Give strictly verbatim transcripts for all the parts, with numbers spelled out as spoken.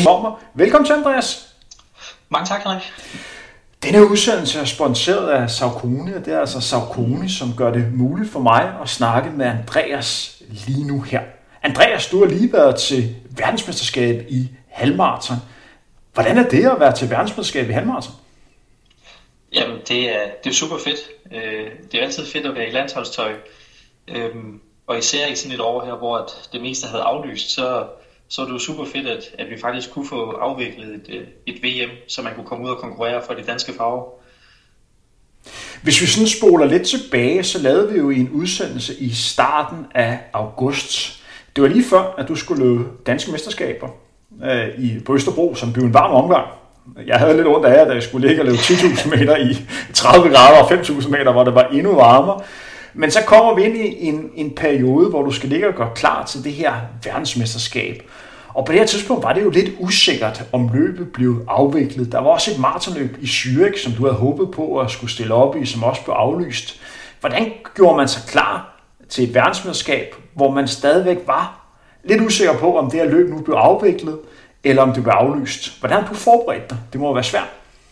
Sommer. Velkommen til, Andreas. Mange tak, Henrik. Denne udsendelse er sponsoreret af Saucony, og det er altså Saucony, som gør det muligt for mig at snakke med Andreas lige nu her. Andreas, du har lige været til verdensmesterskab i halvmaraton. Hvordan er det at være til verdensmesterskab i halvmaraton? Jamen, det er, det er super fedt. Det er altid fedt at være i landsholdstøj. Og især i sådan et år her, hvor det meste havde aflyst, så, så er det jo super fedt, at, at vi faktisk kunne få afviklet et, et V M, så man kunne komme ud og konkurrere for de danske farver. Hvis vi sådan spoler lidt tilbage, så lavede vi jo en udsendelse i starten af august. Det var lige før, at du skulle løbe danske mesterskaber øh, i, på Østerbro, som blev en varm omgang. Jeg havde lidt ondt af, at jeg skulle ligge og løbe ti tusind meter i tredive grader og fem tusind meter, hvor det var endnu varmere. Men så kommer vi ind i en, en periode, hvor du skal ligge og gøre klar til det her verdensmesterskab. Og på det her tidspunkt var det jo lidt usikkert, om løbet blev afviklet. Der var også et maratonløb i Zürich, som du havde håbet på at skulle stille op i, som også blev aflyst. Hvordan gjorde man sig klar til et verdensmesterskab, hvor man stadigvæk var lidt usikker på, om det her løb nu blev afviklet, eller om det blev aflyst? Hvordan har du forberedt dig? Det må være svært.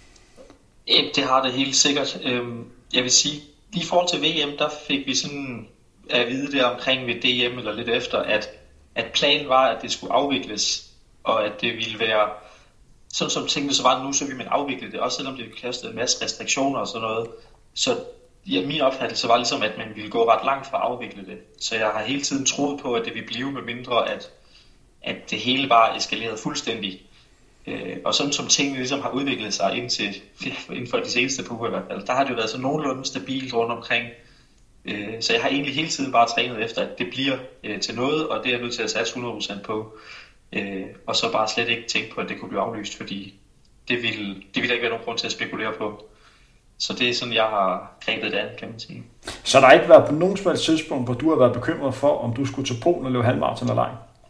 Det har det helt sikkert. Jeg vil sige, lige i forhold til V M, der fik vi sådan at vide det omkring ved D M eller lidt efter, at, at planen var, at det skulle afvikles, og at det ville være, sådan som tingene så var nu, så ville man afvikle det, også selvom det kostede en masse restriktioner og sådan noget. Så ja, min opfattelse var ligesom, at man ville gå ret langt for at afvikle det. Så jeg har hele tiden troet på, at det ville blive med mindre, at, at det hele bare eskalerede fuldstændig. Øh, og sådan som tingene ligesom har udviklet sig indtil, inden for de seneste par uger, der har det jo været så nogenlunde stabilt rundt omkring. Øh, så jeg har egentlig hele tiden bare trænet efter, at det bliver øh, til noget, og det er jeg nødt til at satse hundrede procent på. Øh, og så bare slet ikke tænke på, at det kunne blive aflyst, fordi det ville, det ville ikke være nogen grund til at spekulere på. Så det er sådan, jeg har grebet det an, kan man sige. Så der har ikke været på nogen som helst tidspunkt, hvor du har været bekymret for, om du skulle til Polen og løbe halvmaraton eller ej?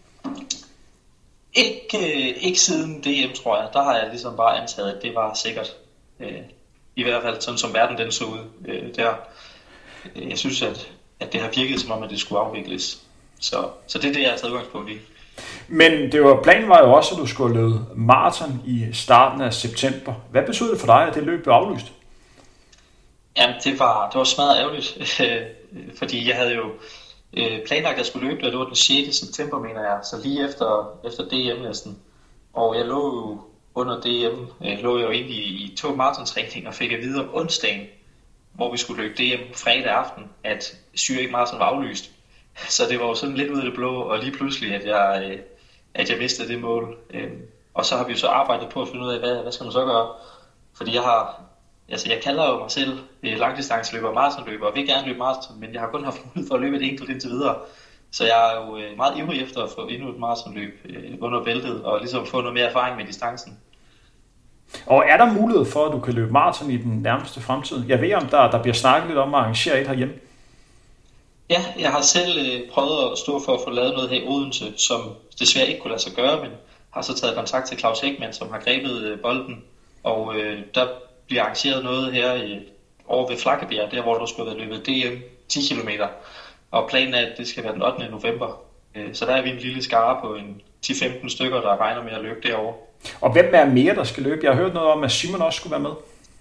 Ikke, ikke siden D M, tror jeg. Der har jeg ligesom bare antaget, at det var sikkert. I hvert fald sådan, som verden den så ud der. Jeg synes, at, at det har virket som om, at det skulle afvikles. Så, så det er det, jeg har taget udgangspunkt i. Men det var, planen var jo også, at du skulle løbe maraton i starten af september. Hvad betød det for dig, at det løb blev aflyst? Jamen, det var, det var smadret ærgerligt. Fordi jeg havde jo planlagt, at jeg skulle løbe, og det var den sjette september, mener jeg, så lige efter, efter D M næsten. Og jeg lå jo under D M, jeg lå jo egentlig i to maratontræning og fik at vide om onsdagen, hvor vi skulle løbe D M fredag aften, at Zürich Marathon var aflyst. Så det var jo sådan lidt ud af det blå, og lige pludselig, at jeg, at jeg mistede det mål. Og så har vi jo så arbejdet på at finde ud af, hvad, hvad skal man så gøre? Fordi jeg har... Altså, jeg kalder jo mig selv langdistanceløber og maratonløber, og vil gerne løbe maraton, men jeg har kun haft mulighed for at løbe et enkelt indtil videre. Så jeg er jo meget ivrig efter at få endnu et maratonløb under bæltet, og ligesom få noget mere erfaring med distancen. Og er der mulighed for, at du kan løbe maraton i den nærmeste fremtid? Jeg ved, om der, der bliver snakket lidt om at arrangere et herhjemme. Ja, jeg har selv prøvet at stå for at få lavet noget her i Odense, som desværre ikke kunne lade sig gøre, men har så taget kontakt til Claus Heckmann, som har grebet bolden, og øh, der bliver arrangeret noget her i, over ved Flakkebjerg, der hvor du skulle have løbet D M ti kilometer. Og planen er, at det skal være den ottende november. Så der er vi en lille skare på en ti til femten stykker, der regner med at løbe derovre. Og hvem er mere, der skal løbe? Jeg har hørt noget om, at Simon også skulle være med.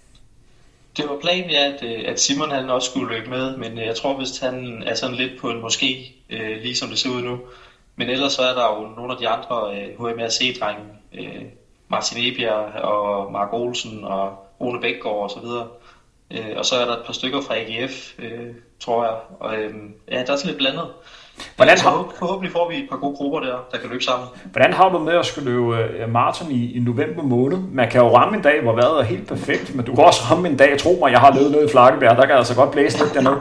Det var planen, ja, at, at Simon han også skulle løbe med, men jeg tror, hvis han er sådan lidt på en måske, øh, lige som det ser ud nu. Men ellers så er der jo nogle af de andre øh, H M R C-drenge, øh, Martin Ebjerg og Mark Olsen og Rune Bækgaard og så videre. Øh, og så er der et par stykker fra A G F, øh, tror jeg. Og øh, ja, der er sådan lidt blandet. Hvordan har... Så forhåbentlig får vi et par gode grupper der, der kan løbe sammen. Hvordan har du med at skulle løbe maraton i, i november måned? Man kan jo ramme en dag, hvor vejret er helt perfekt, men du kan også ramme en dag, tro mig, jeg har løbet ned i Flakkebjerg, der kan altså godt blæse lidt dernede.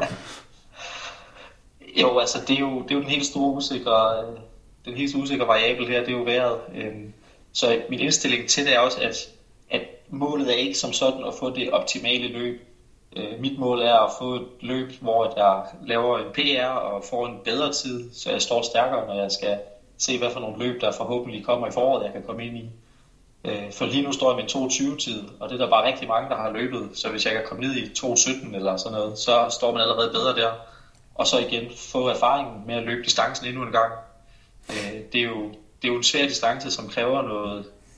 Jo, altså det er jo, det er jo den helt store usikre, den helt store usikre variabel her, det er jo vejret. Så min indstilling til det er også, at, at målet er ikke som sådan at få det optimale løb. Mit mål er at få et løb, hvor jeg laver en P R og får en bedre tid, så jeg står stærkere, når jeg skal se, hvad for nogle løb, der forhåbentlig kommer i foråret, jeg kan komme ind i. For lige nu står jeg med en to tyve-tid, og det er der bare rigtig mange, der har løbet, så hvis jeg kan komme ned i to sytten eller sådan noget, så står man allerede bedre der. Og så igen få erfaringen med at løbe distancen endnu en gang. Det er jo, det er jo en svær distance, som kræver noget,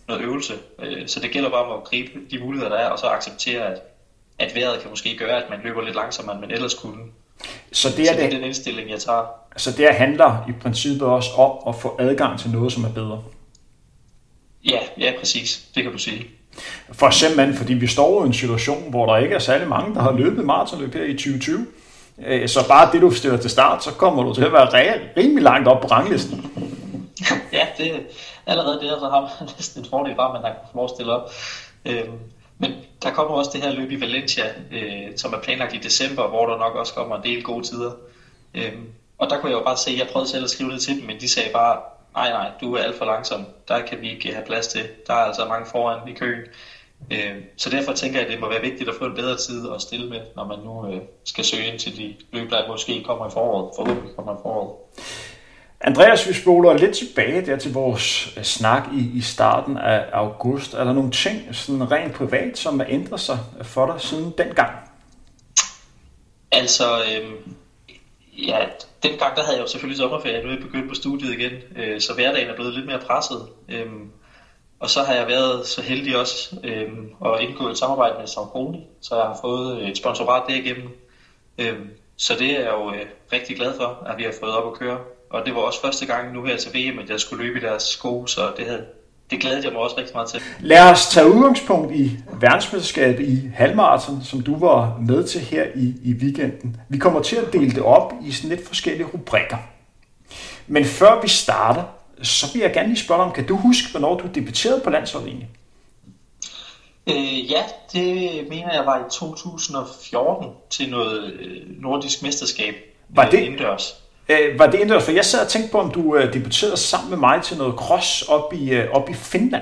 noget øvelse. Øh, så det gælder bare om at gribe de muligheder, der er, og så acceptere, at, at vejret kan måske gøre, at man løber lidt langsommere, end man ellers kunne. Så det er, så det er det, den indstilling, jeg tager. Så det handler i princippet også om at få adgang til noget, som er bedre? Ja, ja, præcis. Det kan du sige. For eksempel, fordi vi står i en situation, hvor der ikke er særlig mange, der har løbet maratonløb her i tyve tyve. Så bare det, du stiller til start, så kommer du til at være rimelig langt op på ranglisten. Ja, det er allerede der, så har man næsten en fordel bare, at man kan få lov at stille op. Øhm, men der kommer også det her løb i Valencia, øh, som er planlagt i december, hvor der nok også kommer en del gode tider. Øhm, og der kunne jeg jo bare se, at jeg prøvede selv at skrive det til dem, men de sagde bare, nej, nej, du er alt for langsom. Der kan vi ikke have plads til. Der er altså mange foran i køen. Øh, så derfor tænker jeg, at det må være vigtigt at få en bedre tid at stille med, når man nu øh, skal søge ind til de løb, der måske kommer i foråret. Forhåbentlig kommer i foråret. Andreas, vi spoler lidt tilbage der til vores snak i, i starten af august. Er der nogle ting sådan rent privat, som har ændret sig for dig siden dengang? Altså, øh, ja, dengang der havde jeg jo selvfølgelig sommerferie. Nu er jeg begyndt på studiet igen, øh, så hverdagen er blevet lidt mere presset. Øh, og så har jeg været så heldig også øh, at indgå et samarbejde med Saucony, så jeg har fået et sponsorat derigennem. Øh, så det er jeg jo øh, rigtig glad for, at vi har fået op at køre. Og det var også første gang nu her til V M, at jeg skulle løbe i deres sko, så det, havde, det glædede jeg mig også rigtig meget til. Lad os tage udgangspunkt i verdensmesterskabet i halvmarathon, som du var med til her i, i weekenden. Vi kommer til at dele det op i sådan lidt forskellige rubrikker. Men før vi starter, så vil jeg gerne lige spørge dig om, kan du huske, hvornår du debuterede på landsholdet egentlig? Øh, ja, det mener jeg var i to tusind og fjorten til noget nordisk mesterskab. Var det indendørs? Øh, var det indendørs? For jeg sad og tænkte på, om du øh, debuterede sammen med mig til noget cross op i, øh, op i Finland.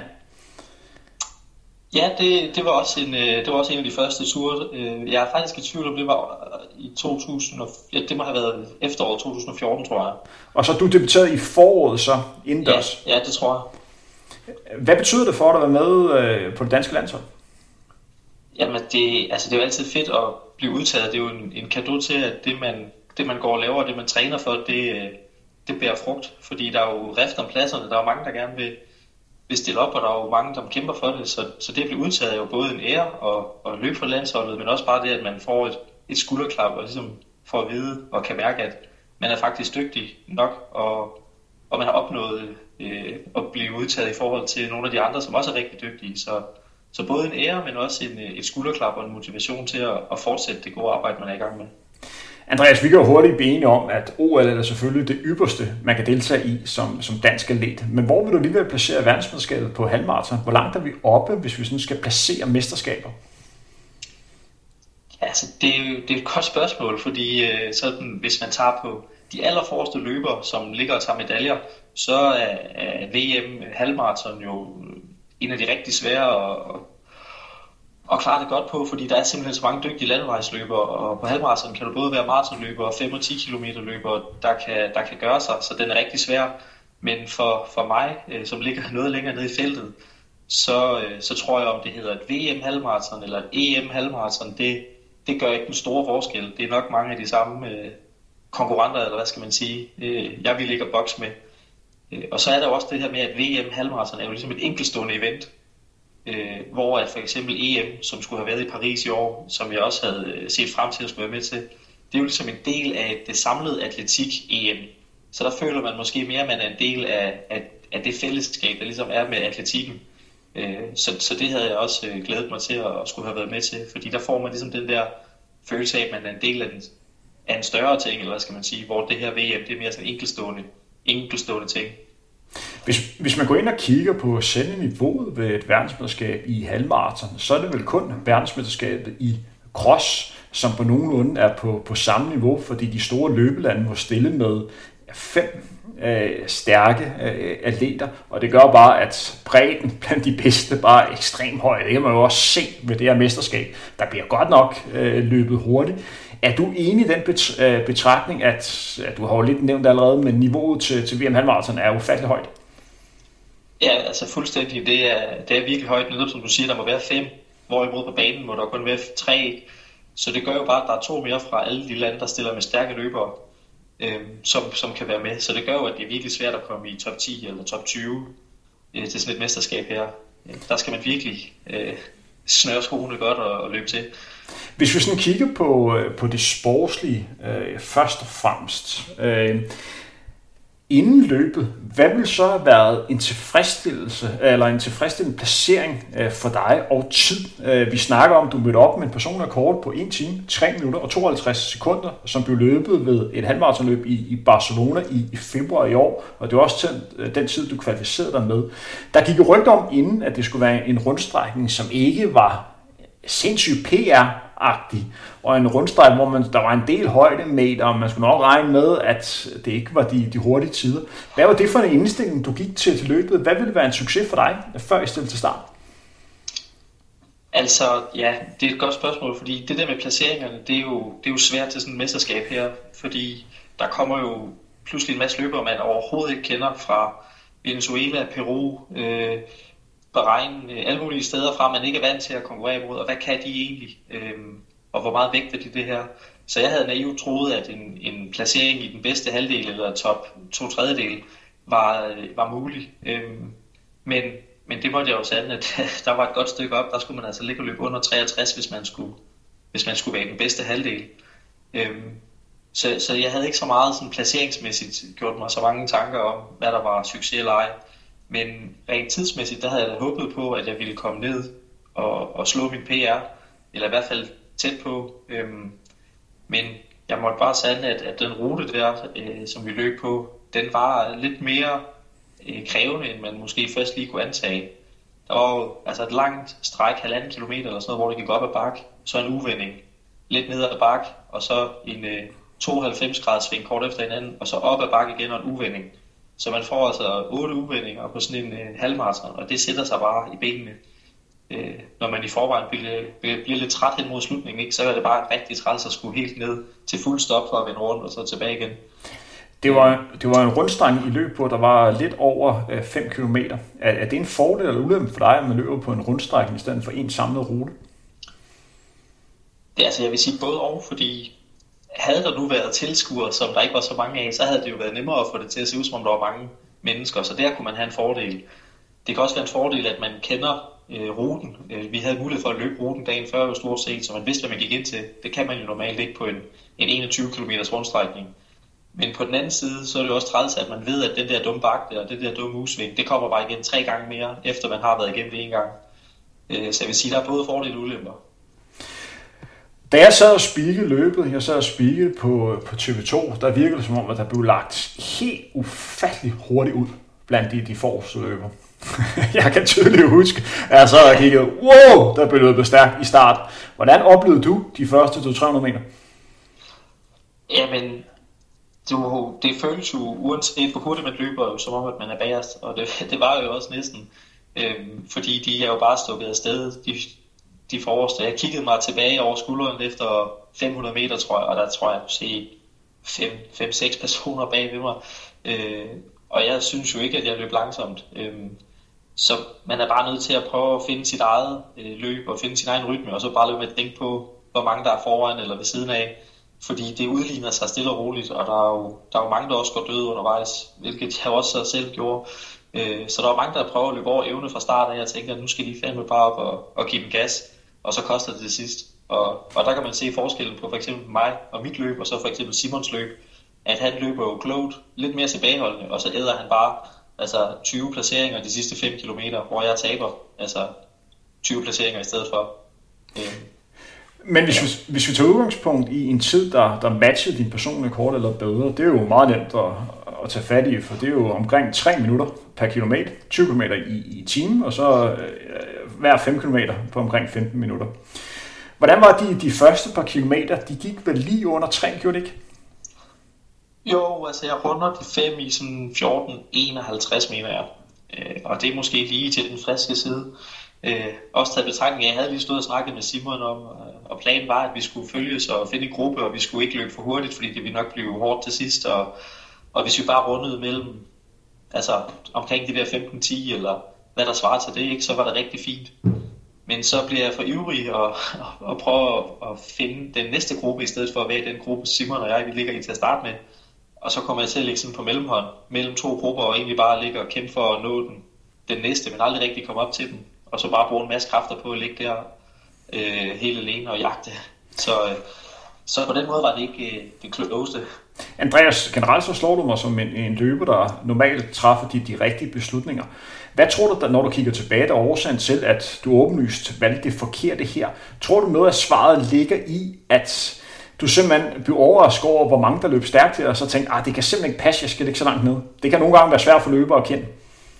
Ja, det, det, var også en, det var også en af de første ture. Jeg er faktisk i tvivl om, det var i to tusind. Ja, det må have været efteråret to tusind og fjorten, tror jeg. Og så du debuterede i foråret så indendørs? Ja, ja, det tror jeg. Hvad betyder det for dig at være med øh, på det danske landshold? Jamen, det, altså, det er jo altid fedt at blive udtaget. Det er jo en, en cadeau til, at det man, det man går og laver, det man træner for, det, det bærer frugt. Fordi der er jo rift om pladserne. Der er jo mange, der gerne vil, vil stille op, og der er jo mange, der kæmper for det. Så, så det at blive udtaget er jo både en ære og, og løb for landsholdet, men også bare det, at man får et, et skulderklap og ligesom får at vide og kan mærke, at man er faktisk dygtig nok, og, og man har opnået øh, at blive udtaget i forhold til nogle af de andre, som også er rigtig dygtige. Så, så både en ære, men også en, et skulderklap og en motivation til at, at fortsætte det gode arbejde, man er i gang med. Andreas, vi kan jo hurtigt blive enige om, at O L er selvfølgelig det ypperste, man kan deltage i som, som dansk atlet. Men hvor vil du alligevel placere verdensmesterskabet på halvmarathon? Hvor langt er vi oppe, hvis vi sådan skal placere mesterskaber? Altså, det er jo det er et godt spørgsmål, fordi sådan, hvis man tager på de allerforreste løbere, som ligger og tager medaljer, så er, er V M halvmarathon jo en af de rigtig svære og Og klare det godt på, fordi der er simpelthen så mange dygtige landevejsløbere, og på halvmarathon kan du både være maratonløber og fem og ti kilometer løbere, der kan, der kan gøre sig, så den er rigtig svær. Men for, for mig, som ligger noget længere nede i feltet, så, så tror jeg, om det hedder et V M halvmarathon eller et E M halvmarathon, det, det gør ikke den store forskel. Det er nok mange af de samme konkurrenter, eller hvad skal man sige, jeg vil ligge og bokse med. Og så er der også det her med, at V M halvmarathon er jo ligesom et enkeltstående event. Øh, hvor at for eksempel E M, som skulle have været i Paris i år, som jeg også havde set frem til at skulle være med til, det er jo ligesom en del af det samlede atletik-E M. Så der føler man måske mere, at man er en del af, af, af det fællesskab, der ligesom er med atletikken. Øh, så, så det havde jeg også glædet mig til at skulle have været med til, fordi der får man ligesom den der følelse af, at man er en del af, den, af en større ting, eller hvad skal man sige, hvor det her V M, det er mere sådan en enkeltstående, enkeltstående ting. Hvis, hvis man går ind og kigger på selve niveauet ved et verdensmesterskab i halvmarathon, så er det vel kun verdensmesterskabet i cross, som på nogenlunde er på, på samme niveau, fordi de store løbelande må stille med fem øh, stærke øh, atleter, og det gør bare, at bredden blandt de bedste bare er ekstremt høj. Det kan man jo også se ved det her mesterskab. Der bliver godt nok øh, løbet hurtigt. Er du enig i den betragtning, at, at du har jo lidt nævnt allerede, men niveauet til, til V M halvmarathon er ufattelig højt? Ja, altså fuldstændig. Det er, det er virkelig højt. Netop som du siger, der må være fem, hvorimod på banen må der kun være tre. Så det gør jo bare, at der er to mere fra alle de lande, der stiller med stærke løbere, øhm, som, som kan være med. Så det gør jo, at det er virkelig svært at komme i top ti eller top tyve øh, til sådan et mesterskab her. der skal man virkelig øh, snøre skoene godt og, og løbe til. Hvis vi sådan kigger på, på det sportslige øh, først og fremmest, øh, inden løbet, hvad vil så have været en tilfredsstillelse eller en tilfredsstillende placering øh, for dig og tid? Øh, vi snakker om, at du mødte op med en personlig rekord på en time, tre minutter og tooghalvtreds sekunder, som blev løbet ved et halvmaratonløb i, i Barcelona i, i februar i år, og det var også den, den tid, du kvalificerede dig med. Der gik jo rygter om inden, at det skulle være en rundstrækning, som ikke var sindssygt P R-agtig, og en rundstreg, hvor man, der var en del højdemeter, og man skulle nok regne med, at det ikke var de, de hurtige tider. Hvad var det for en indstilling, du gik til, til løbet? Hvad ville være en succes for dig, før I stillede til start? Altså, ja, det er et godt spørgsmål, fordi det der med placeringerne, det er jo, det er jo svært til sådan et mesterskab her, fordi der kommer jo pludselig en masse løbere, man overhovedet ikke kender fra Venezuela, Peru, øh, Bahrain, alle mulige steder fra, man ikke er vant til at konkurrere imod, og hvad kan de egentlig, øhm, og hvor meget vægter de det her. Så jeg havde naivt troet, at en, en placering i den bedste halvdel eller top to tredjedel var, var mulig. Øhm, men, men det måtte jeg jo sande, at der var et godt stykke op, der skulle man altså ligge og løbe under treogtres, hvis man skulle, hvis man skulle være i den bedste halvdel. Øhm, så, så jeg havde ikke så meget sådan placeringsmæssigt gjort mig så mange tanker om, hvad der var succes eller ej. Men rent tidsmæssigt, der havde jeg da håbet på, at jeg ville komme ned og, og slå min P R, eller i hvert fald tæt på. Øhm, men jeg måtte bare sande, at, at den rute der, øh, som vi løb på, den var lidt mere øh, krævende, end man måske først lige kunne antage. Der var jo altså et langt stræk, halvanden kilometer eller sådan noget, hvor det gik op ad bak, så en uvending, lidt ned ad bak, og så en øh, tooghalvfems graders sving kort efter hinanden, og så op ad bak igen og en uvending. Så man får altså otte uvendinger på sådan en øh, halvmaraton, og det sætter sig bare i benene. Øh, når man i forvejen bliver, bliver lidt træt hen mod slutningen, ikke, så er det bare rigtig træls at skulle helt ned til fuld stop for at vende rundt og så tilbage igen. Det var, det var en rundstrækning i løb på, der var lidt over fem kilometer. Er, er det en fordel eller ulempe for dig, at man løber på en rundstrækning i stedet for en samlet rute? Det er altså, jeg vil sige både og, fordi havde der nu været tilskuere, som der ikke var så mange af, så havde det jo været nemmere at få det til at se ud, som om der var mange mennesker, så der kunne man have en fordel. Det kan også være en fordel, at man kender øh, ruten. Øh, vi havde mulighed for at løbe ruten dagen før, jo stort set, så man vidste, hvad man gik ind til. Det kan man jo normalt ikke på en, en enogtyve kilometers rundstrækning. Men på den anden side, så er det jo også træls, at man ved, at den der dumme bakke og det der dumme udsving, det kommer bare igen tre gange mere, efter man har været igennem det en gang. Øh, så jeg vil sige, der er både fordele og ulemper. Da jeg sad og spikkede løbet, jeg sad og spikkede på, på T V to, der virkede det som om, at der blev lagt helt ufattelig hurtigt ud blandt de, de forreste løber. Jeg kan tydeligt huske, at jeg sad og kiggede, wow, der blev løbet stærkt i start. Hvordan oplevede du de første to til tre hundrede meter? Jamen, du, det føles jo uanset hvor hurtigt man løber, jo, som om at man er bagerst, og det, det var jo også næsten, øhm, fordi de er jo bare stukket afsted, de de forreste. Jeg kiggede mig tilbage over skulderen efter fem hundrede meter, tror jeg, og der tror jeg, at jeg kunne se fem seks personer bag ved mig. Øh, og jeg synes jo ikke, at jeg løb langsomt. Øh, så man er bare nødt til at prøve at finde sit eget øh, løb og finde sin egen rytme, og så bare løbe med at tænke på, hvor mange der er foran eller ved siden af. Fordi det udligner sig stille og roligt, og der er jo, der er jo mange, der også går døde undervejs, hvilket jeg også selv gjorde. Øh, så der er mange, der prøver at løbe over evne fra start, og jeg tænker, at nu skal de fandme bare op og, og give den gas. Og så koster det det sidst. Og, og der kan man se forskellen på for eksempel mig og mit løb, og så for eksempel Simons løb, at han løber jo klogt, lidt mere tilbageholdende, og så æder han bare altså tyve placeringer de sidste fem kilometer, hvor jeg taber altså tyve placeringer i stedet for. Øhm. Men hvis, ja. vi, hvis vi tager udgangspunkt i en tid, der, der matcher din personlige kort eller bedre, det er jo meget nemt at, at tage fat i, for det er jo omkring tre minutter per kilometer, tyve kilometer i, i timen, og så øh, hver fem kilometer på omkring femten minutter. Hvordan var de, de første par kilometer? De gik vel lige under tre, gjorde det ikke? Jo, altså jeg runder de fem i sådan fjorten enoghalvtreds, mener jeg. Øh, og det er måske lige til den friske side. Øh, også taget betragtning af, jeg havde lige stået og snakket med Simon om, og planen var, at vi skulle følges og finde en gruppe, og vi skulle ikke løbe for hurtigt, fordi det ville nok blive hårdt til sidst. Og, og hvis vi bare rundede mellem, altså omkring de der femten ti, eller hvad der svarer til det, ikke, så var det rigtig fint. Men så bliver jeg for ivrig og, og, og prøver at, at finde den næste gruppe, i stedet for at være den gruppe, Simon og jeg, vi ligger i til at starte med. Og så kommer jeg til at ligge sådan på mellemhånd, mellem to grupper, og egentlig bare ligge og kæmpe for at nå den, den næste, men aldrig rigtig komme op til den. og så bare bruge en masse kræfter på at ligge der øh, helt alene og jagte. Så, øh, så på den måde var det ikke øh, det klogeste. Andreas, generelt så slår du mig som en, en løber, der normalt træffer de, de rigtige beslutninger. Hvad tror du, når du kigger tilbage, der er årsagen til, at du åbenlyst valgte det forkerte her? Tror du noget af svaret ligger i, at du simpelthen blev overrasket over, hvor mange der løb stærkt her, og så tænkte, at det kan simpelthen ikke passe, jeg skal ikke så langt ned? Det kan nogle gange være svært for løbere at kende.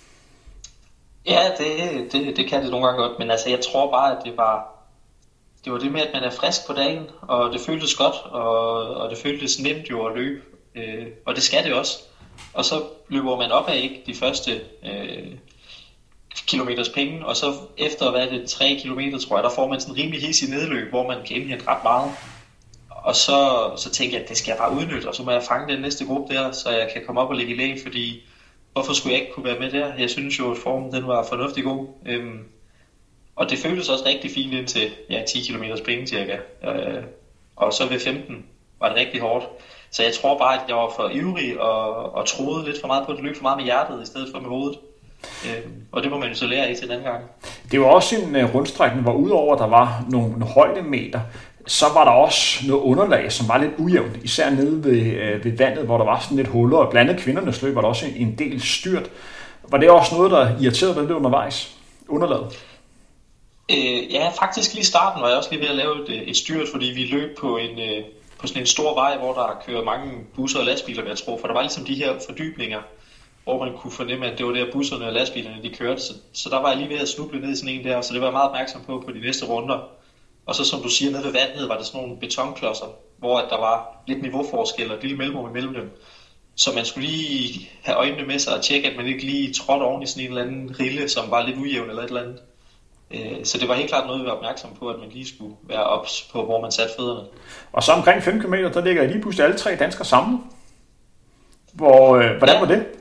Ja, det, det, det kan det nogle gange godt, men altså, jeg tror bare, at det var det var det med, at man er frisk på dagen, og det føltes godt, og, og det føltes nemt jo at løbe, øh, og det skal det også. Og så løber man op af ikke de første øh, kilometers penge, og så efter, hvad er det, tre kilometer, tror jeg, der får man sådan en rimelig hissig nedløb, hvor man kan indhente ret meget. Og så, så tænker jeg, at det skal jeg bare udnytte, og så må jeg fange den næste gruppe der, så jeg kan komme op og ligge i læg, fordi hvorfor skulle jeg ikke kunne være med der? Jeg synes jo, at formen den var fornuftig god. Øhm, og det føltes også rigtig fint indtil ja, ti kilometers penge cirka. Øh, og så ved femten var det rigtig hårdt. Så jeg tror bare, at jeg var for ivrig og, og troede lidt for meget på det, løb for meget med hjertet i stedet for med hovedet. Øh, og det må man jo så lære af til en anden gang. Det var også en uh, rundstrækning, hvor udover at der var nogle, nogle højdemeter, så var der også noget underlag, som var lidt ujævnt, især nede ved, øh, ved vandet, hvor der var sådan lidt huller, og blandt andet kvindernes løb var der også en, en del styrt. Var det også noget, der irriterede dig lidt undervejs? Underlaget? Øh, ja, faktisk lige i starten var jeg også lige ved at lave et, et styrt, fordi vi løb på, en, øh, på sådan en stor vej, hvor der kører mange busser og lastbiler, vil jeg tro, for der var ligesom de her fordybninger, hvor man kunne fornemme, at det var der busserne og lastbilerne, de kørte. Så, så der var jeg lige ved at snuble ned i sådan en der, så det var jeg meget opmærksom på på de næste runder. Og så som du siger, nede ved vandet var der sådan nogle betonklodser, hvor at der var lidt niveauforskel og et lille mellemrum imellem dem. Så man skulle lige have øjnene med sig og tjekke, at man ikke lige trådte oven i sådan en eller anden rille, som var lidt ujævn eller et eller andet. Så det var helt klart noget, vi var opmærksom på, at man lige skulle være ops på, hvor man satte fødderne. Og så omkring fem kilometer, der ligger lige pludselig alle tre danskere samlet. Hvor, øh, hvordan ja. var det?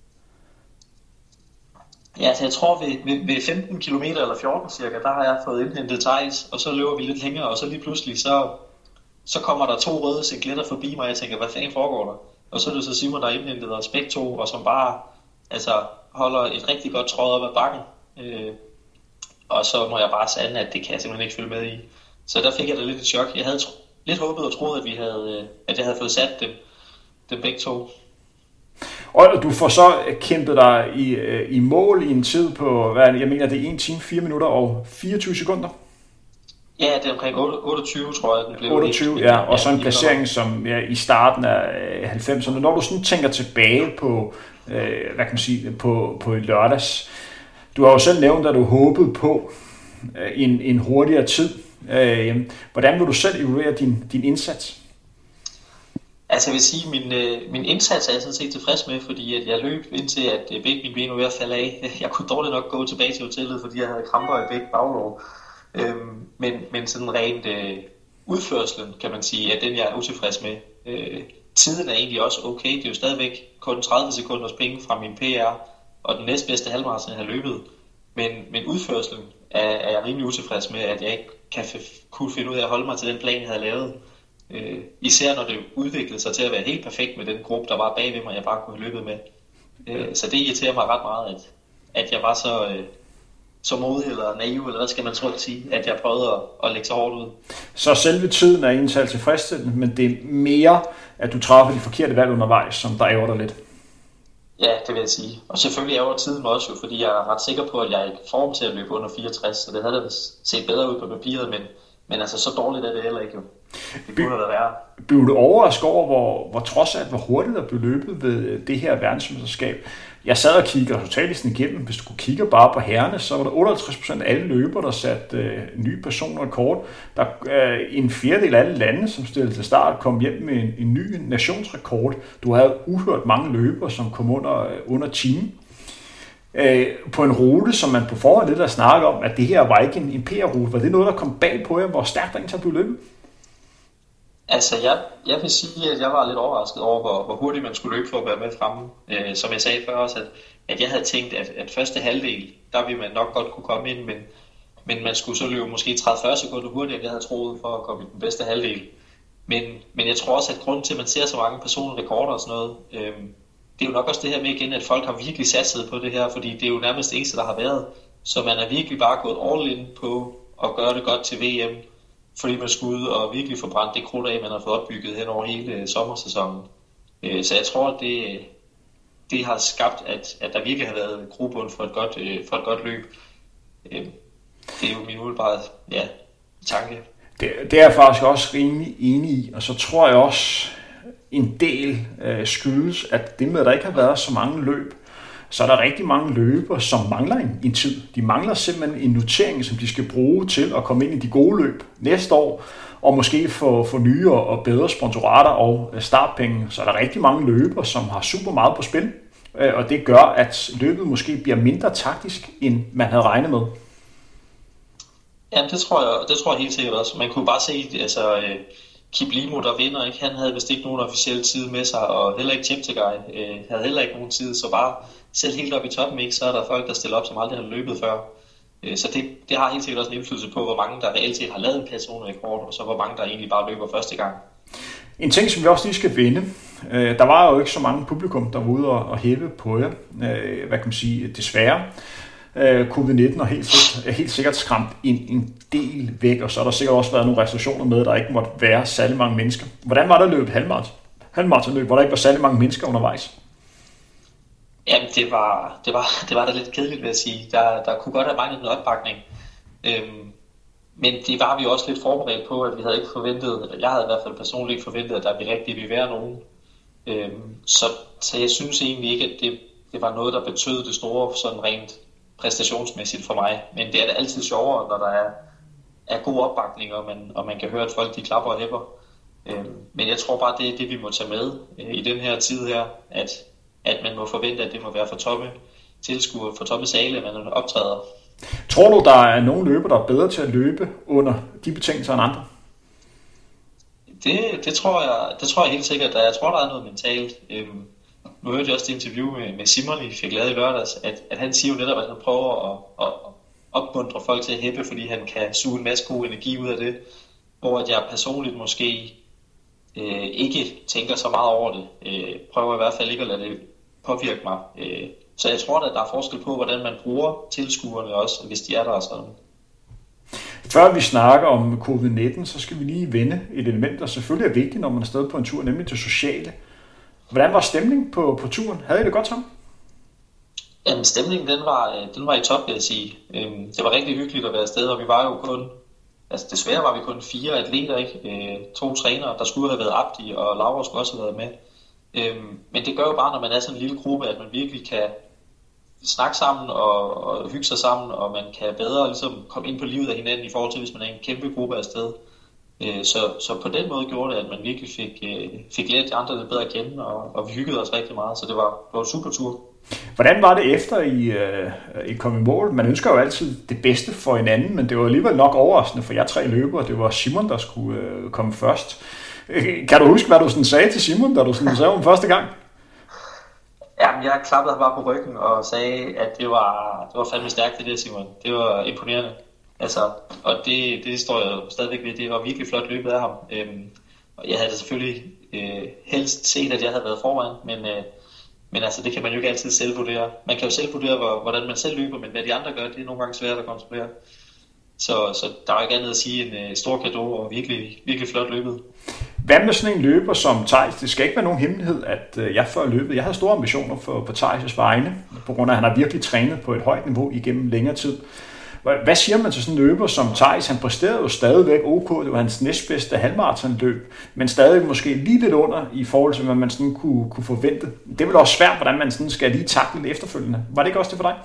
Ja, altså jeg tror ved, ved, ved femten kilometer eller fjorten cirka, der har jeg fået indhentet Thijs, og så løber vi lidt længere, og så lige pludselig, så, så kommer der to røde cykletter forbi mig, og jeg tænker, hvad fanden foregår der? Og så er det så Simon, der har indhentet os begge to, og som bare altså, holder et rigtig godt tråd op ad bakken. Øh, og så må jeg bare sande, at det kan jeg simpelthen ikke følge med i. Så der fik jeg da lidt et chok. Jeg havde tro, lidt håbet og troet, at, vi havde, at jeg havde fået sat dem, dem begge to. Og du får så kæmpet dig i, i mål i en tid på, hvad jeg mener, det er en time, fire minutter og fireogtyve sekunder? Ja, det er omkring otteogtyve, tror jeg, den blev. otteogtyve, ja, og så en placering som ja, i starten af halvfemserne. Når du sådan tænker tilbage på, øh, hvad kan man sige, på, på lørdags, du har jo selv nævnt, at du håbede på øh, en, en hurtigere tid. Øh, hvordan vil du selv evaluere din, din indsats? Altså jeg vil sige, at min, øh, min indsats er jeg sådan set tilfreds med, fordi at jeg løb indtil, at øh, begge mine ben var ved at falde af. Jeg kunne dårligt nok gå tilbage til hotellet, fordi jeg havde kramper i begge baglov. Øhm, men, men sådan rent øh, udførselen, kan man sige, er den, jeg er utilfreds med. Øh, tiden er egentlig også okay. Det er jo stadigvæk kun tredive sekunders penge fra min P R, og den næstbedste halvmarathon, jeg har løbet. Men, men udførselen er, er jeg rimelig utilfreds med, at jeg ikke kan f- kunne finde ud af at holde mig til den plan, jeg havde lavet. Øh, især når det udviklede sig til at være helt perfekt med den gruppe, der var bagved mig, jeg bare kunne have løbet med. Øh, så det irriterer mig ret meget, at, at jeg var så, øh, så modig eller naiv, eller hvad skal man trygt sige, at jeg prøvede at, at lægge så hårdt ud. Så selve tiden er egentlig tilfredsstillende, men det er mere, at du træffer de forkerte valg undervejs, som der ærger dig lidt? Ja, det vil jeg sige. Og selvfølgelig ærger tiden også jo, fordi jeg er ret sikker på, at jeg er i form til at løbe under fireogtres, så det havde da set bedre ud på papiret, men, men altså så dårligt er det heller ikke jo. Det kunne da være. Blev du overrasket over, hvor, hvor trods alt, hvor hurtigt der blev løbet ved det her verdensmesterskab? Jeg sad og kiggede resultatlisten igennem. Hvis du kunne kigge bare på herrerne, så var der otteoghalvtreds procent af alle løbere, der satte øh, nye personrekord. Der er øh, en fjerdedel af alle lande, som stillede til start, kom hjem med en, en ny nationsrekord. Du havde uhørt mange løbere, som kom under, under timen. Øh, på en rute, som man på forhånd lidt har snakket om, at det her var ikke en, en P R-rute. Var det noget, der kom bag på jer? Hvor stærkt der egentlig blev løbet? Altså, jeg, jeg vil sige, at jeg var lidt overrasket over, hvor, hvor hurtigt man skulle løbe for at være med fremme. Øh, som jeg sagde før også, at, at jeg havde tænkt, at, at første halvdel, der ville man nok godt kunne komme ind, men, men man skulle så løbe måske tredive til fyrre sekunder hurtigere, end jeg havde troet, for at komme i den bedste halvdel. Men, men jeg tror også, at grunden til, at man ser så mange personlige rekorder og sådan noget, øh, det er jo nok også det her med igen, at folk har virkelig satset på det her, fordi det er jo nærmest det eneste, der har været. Så man er virkelig bare gået all in på at gøre det godt til V M, fordi man skulle ud og virkelig få brændt det krudt af, man har fået opbygget hen over hele sommersæsonen. Så jeg tror, at det, det har skabt, at, at der virkelig har været grobund for et godt, for et godt løb. Det er jo min umiddelbare ja, tanke. Det, det er jeg faktisk også rimelig enig i, og så tror jeg også en del øh, skyldes, at det med, at der ikke har været så mange løb, så er der rigtig mange løbere, som mangler en, en tid. De mangler simpelthen en notering, som de skal bruge til at komme ind i de gode løb næste år, og måske få, få nye og bedre sponsorater og startpenge. Så er der rigtig mange løbere, som har super meget på spil, øh, og det gør, at løbet måske bliver mindre taktisk, end man havde regnet med. Ja, det tror jeg, det tror jeg helt sikkert også. Man kunne bare se, altså øh, Kiplimo, der vinder, ikke? Han havde vist ikke nogen officiel tid med sig, og heller ikke Cheptegei øh, havde heller ikke nogen tid, så bare selv helt op i toppen, ikke, så er der folk, der stiller op, som aldrig har løbet før. Øh, så det, det har helt sikkert også en indflydelse på, hvor mange der reelt set har lavet en personrekord, og så hvor mange der egentlig bare løber første gang. En ting, som vi også lige skal vende, øh, der var jo ikke så mange publikum, der var ude og, og hæppe på jer, øh, hvad kan man sige, desværre. covid nitten har helt, helt sikkert skræmt en, en del væk, og så har der sikkert også været nogle restriktioner med, at der ikke måtte være særlig mange mennesker. Hvordan var der løbet halvmarathon? Halvmarathonløb, hvor der ikke var særlig mange mennesker undervejs? Jamen, det var, det var, det var da lidt kedeligt, vil jeg sige. Der, der kunne godt have manglet en opbakning. Øhm, men det var vi også lidt forberedt på, at vi havde ikke forventet, eller jeg havde i hvert fald personligt ikke forventet, at der ville rigtig ville være nogen. Øhm, så, så jeg synes egentlig ikke, at det, det var noget, der betød det store sådan rent præstationsmæssigt for mig, men det er da altid sjovere, når der er, er god opbakning, og man, og man kan høre, at folk de klapper og hæpper. Øhm, men jeg tror bare, det er det, vi må tage med øh, i den her tid her, at, at man må forvente, at det må være for tomme tilskuere, for tomme sale, at man optræder. Tror du, der er nogle løber, der er bedre til at løbe under de betingelser end andre? Det, det, tror, jeg, det tror jeg helt sikkert. Jeg tror, der er noget mentalt. Øhm, Nu hørte jeg også det interview med, med Simon, vi fik lavet i lørdags, at, at han siger jo netop, at han prøver at, at opmuntre folk til at hæppe, fordi han kan suge en masse god energi ud af det, hvor at jeg personligt måske øh, ikke tænker så meget over det. Øh, prøver i hvert fald ikke at lade det påvirke mig. Øh, så jeg tror, at der er forskel på, hvordan man bruger tilskuerne også, hvis de er der sådan. Før vi snakker om covid nitten, så skal vi lige vende et element, der selvfølgelig er vigtigt, når man er stadig på en tur, nemlig det sociale. Hvordan var stemningen på, på turen? Havde I det godt sammen? Jamen, stemningen den var, den var i top, vil jeg sige. Det var rigtig hyggeligt at være afsted, og vi var jo kun, altså desværre var vi kun fire atleter, ikke? To trænere, der skulle have været Abdi, og Laura skulle også have været med. Men det gør jo bare, når man er sådan en lille gruppe, at man virkelig kan snakke sammen og, og hygge sig sammen, og man kan bedre ligesom komme ind på livet af hinanden i forhold til, hvis man er en kæmpe gruppe afsted. Så, så på den måde gjorde det, at man virkelig fik, fik lært de andre lidt bedre at kende, og, og vi hyggede os rigtig meget, så det var, det var en super tur. Hvordan var det efter I, uh, I kom i mål? Man ønsker jo altid det bedste for hinanden, men det var alligevel nok overraskende for jer tre løbere. Det var Simon, der skulle uh, komme først. Kan du huske, hvad du sådan sagde til Simon, da du sådan sagde om første gang? Jamen, jeg klappede ham bare på ryggen og sagde, at det var, det var fandme stærkt det der, Simon. Det var imponerende. Altså, og det, det står jeg stadigvæk ved. Det var virkelig flot løbet af ham. Øhm, og jeg havde da selvfølgelig øh, helst set, at jeg havde været foran, men, øh, men altså, det kan man jo ikke altid selv vurdere. Man kan jo selv vurdere, hvordan man selv løber, men hvad de andre gør, det er nogle gange svært at kontrollere. Så, så der var ikke andet at sige en øh, stor cadeau og virkelig, virkelig flot løbet. Hvad med sådan en løber som Theis? Det skal ikke være nogen hemmelighed, at øh, jeg før løbet, jeg havde store ambitioner for, på Theis' vegne, på grund af, at han har virkelig trænet på et højt niveau igennem længere tid. Hvad siger man til sådan en løber som Theis? Han præsterede jo stadigvæk ok, det var hans næstbedste halvmaratonløb, men stadig måske lige lidt under i forhold til, hvad man sådan kunne, kunne forvente. Det er vel også svært, hvordan man sådan skal lige takle det efterfølgende. Var det ikke også det for dig?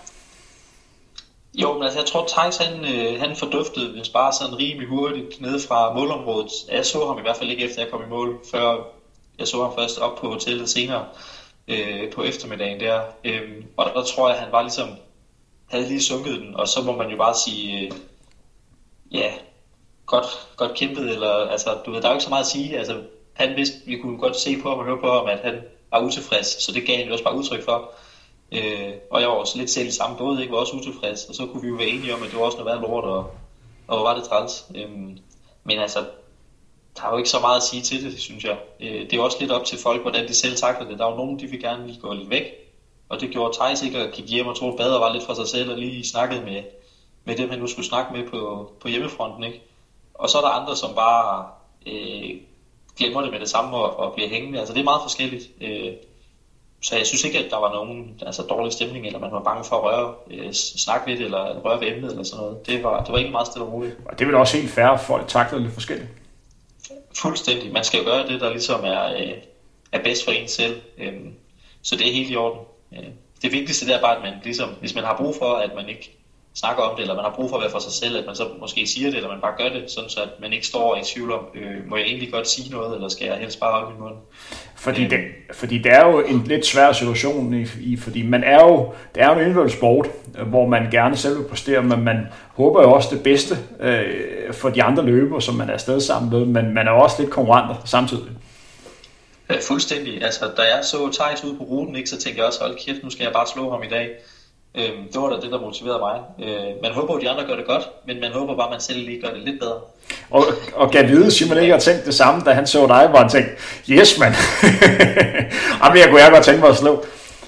Jo, men altså jeg tror, Theis han, øh, han forduftede hvis bare sådan rimelig hurtigt nede fra målområdet. Jeg så ham i hvert fald ikke efter jeg kom i mål, før jeg så ham først op på hotellet senere øh, på eftermiddagen der. Øh, og der tror jeg, han var ligesom havde lige sunket den, og så må man jo bare sige, øh, ja, godt, godt kæmpet, eller, altså, du ved, der er jo ikke så meget at sige, altså, han vidste, vi kunne godt se på ham og høre på ham, at han var utilfreds, så det gav han jo også bare udtryk for, øh, og jeg var også lidt selv i samme båd, ikke, var også utilfreds, og så kunne vi jo være enige om, at det var også noget værd lort, og, og var det træls, øh, men altså, der er jo ikke så meget at sige til det, synes jeg. Øh, det er også lidt op til folk, hvordan de selv takler det, der er jo nogen, de vil gerne lige gå lidt væk, og det gjorde Theis ikke, at gik hjem og tog et bad og var lidt for sig selv og lige snakkede med, med dem, han nu skulle snakke med på, på hjemmefronten, ikke? Og så er der andre, som bare øh, glemmer det med det samme og, og bliver hængende. Altså det er meget forskelligt. Øh, så jeg synes ikke, at der var nogen altså, dårlig stemning, eller man var bange for at røre, øh, snakke ved det, eller røre ved emnet, eller sådan noget. Det var, det var ikke meget stille og roligt. Og det er vel også helt fair, at folk takler lidt forskelligt. Fuldstændig. Man skal jo gøre det, der ligesom er, øh, er bedst for en selv. Øh, så det er helt i orden. Øh, det vigtigste det er bare, at man ligesom, hvis man har brug for, at man ikke snakker om det, eller man har brug for at være for sig selv, at man så måske siger det, eller man bare gør det, sådan så at man ikke står i tvivl om, øh, må jeg egentlig godt sige noget, eller skal jeg helst bare holde min mund? Fordi, øh. det, fordi det er jo en lidt svær situation, i, i, fordi man er jo, det er jo en individuel sport, hvor man gerne selv vil præstere, men man håber jo også det bedste øh, for de andre løbere, som man er afsted sammen med, men man er også lidt konkurrenter samtidig. Ja, fuldstændig. Altså, da jeg så Theis ude på ruten, ikke, så tænkte jeg også, hold kæft, nu skal jeg bare slå ham i dag. Øhm, det var da det, der motiverede mig. Øh, man håber jo, de andre gør det godt, men man håber bare, at man selv lige gør det lidt bedre. Og, og kan vide, Simon ikke har tænkt det samme, da han så dig, hvor han tænkte, yes, man. Jamen, jeg kunne jeg godt tænke mig at slå.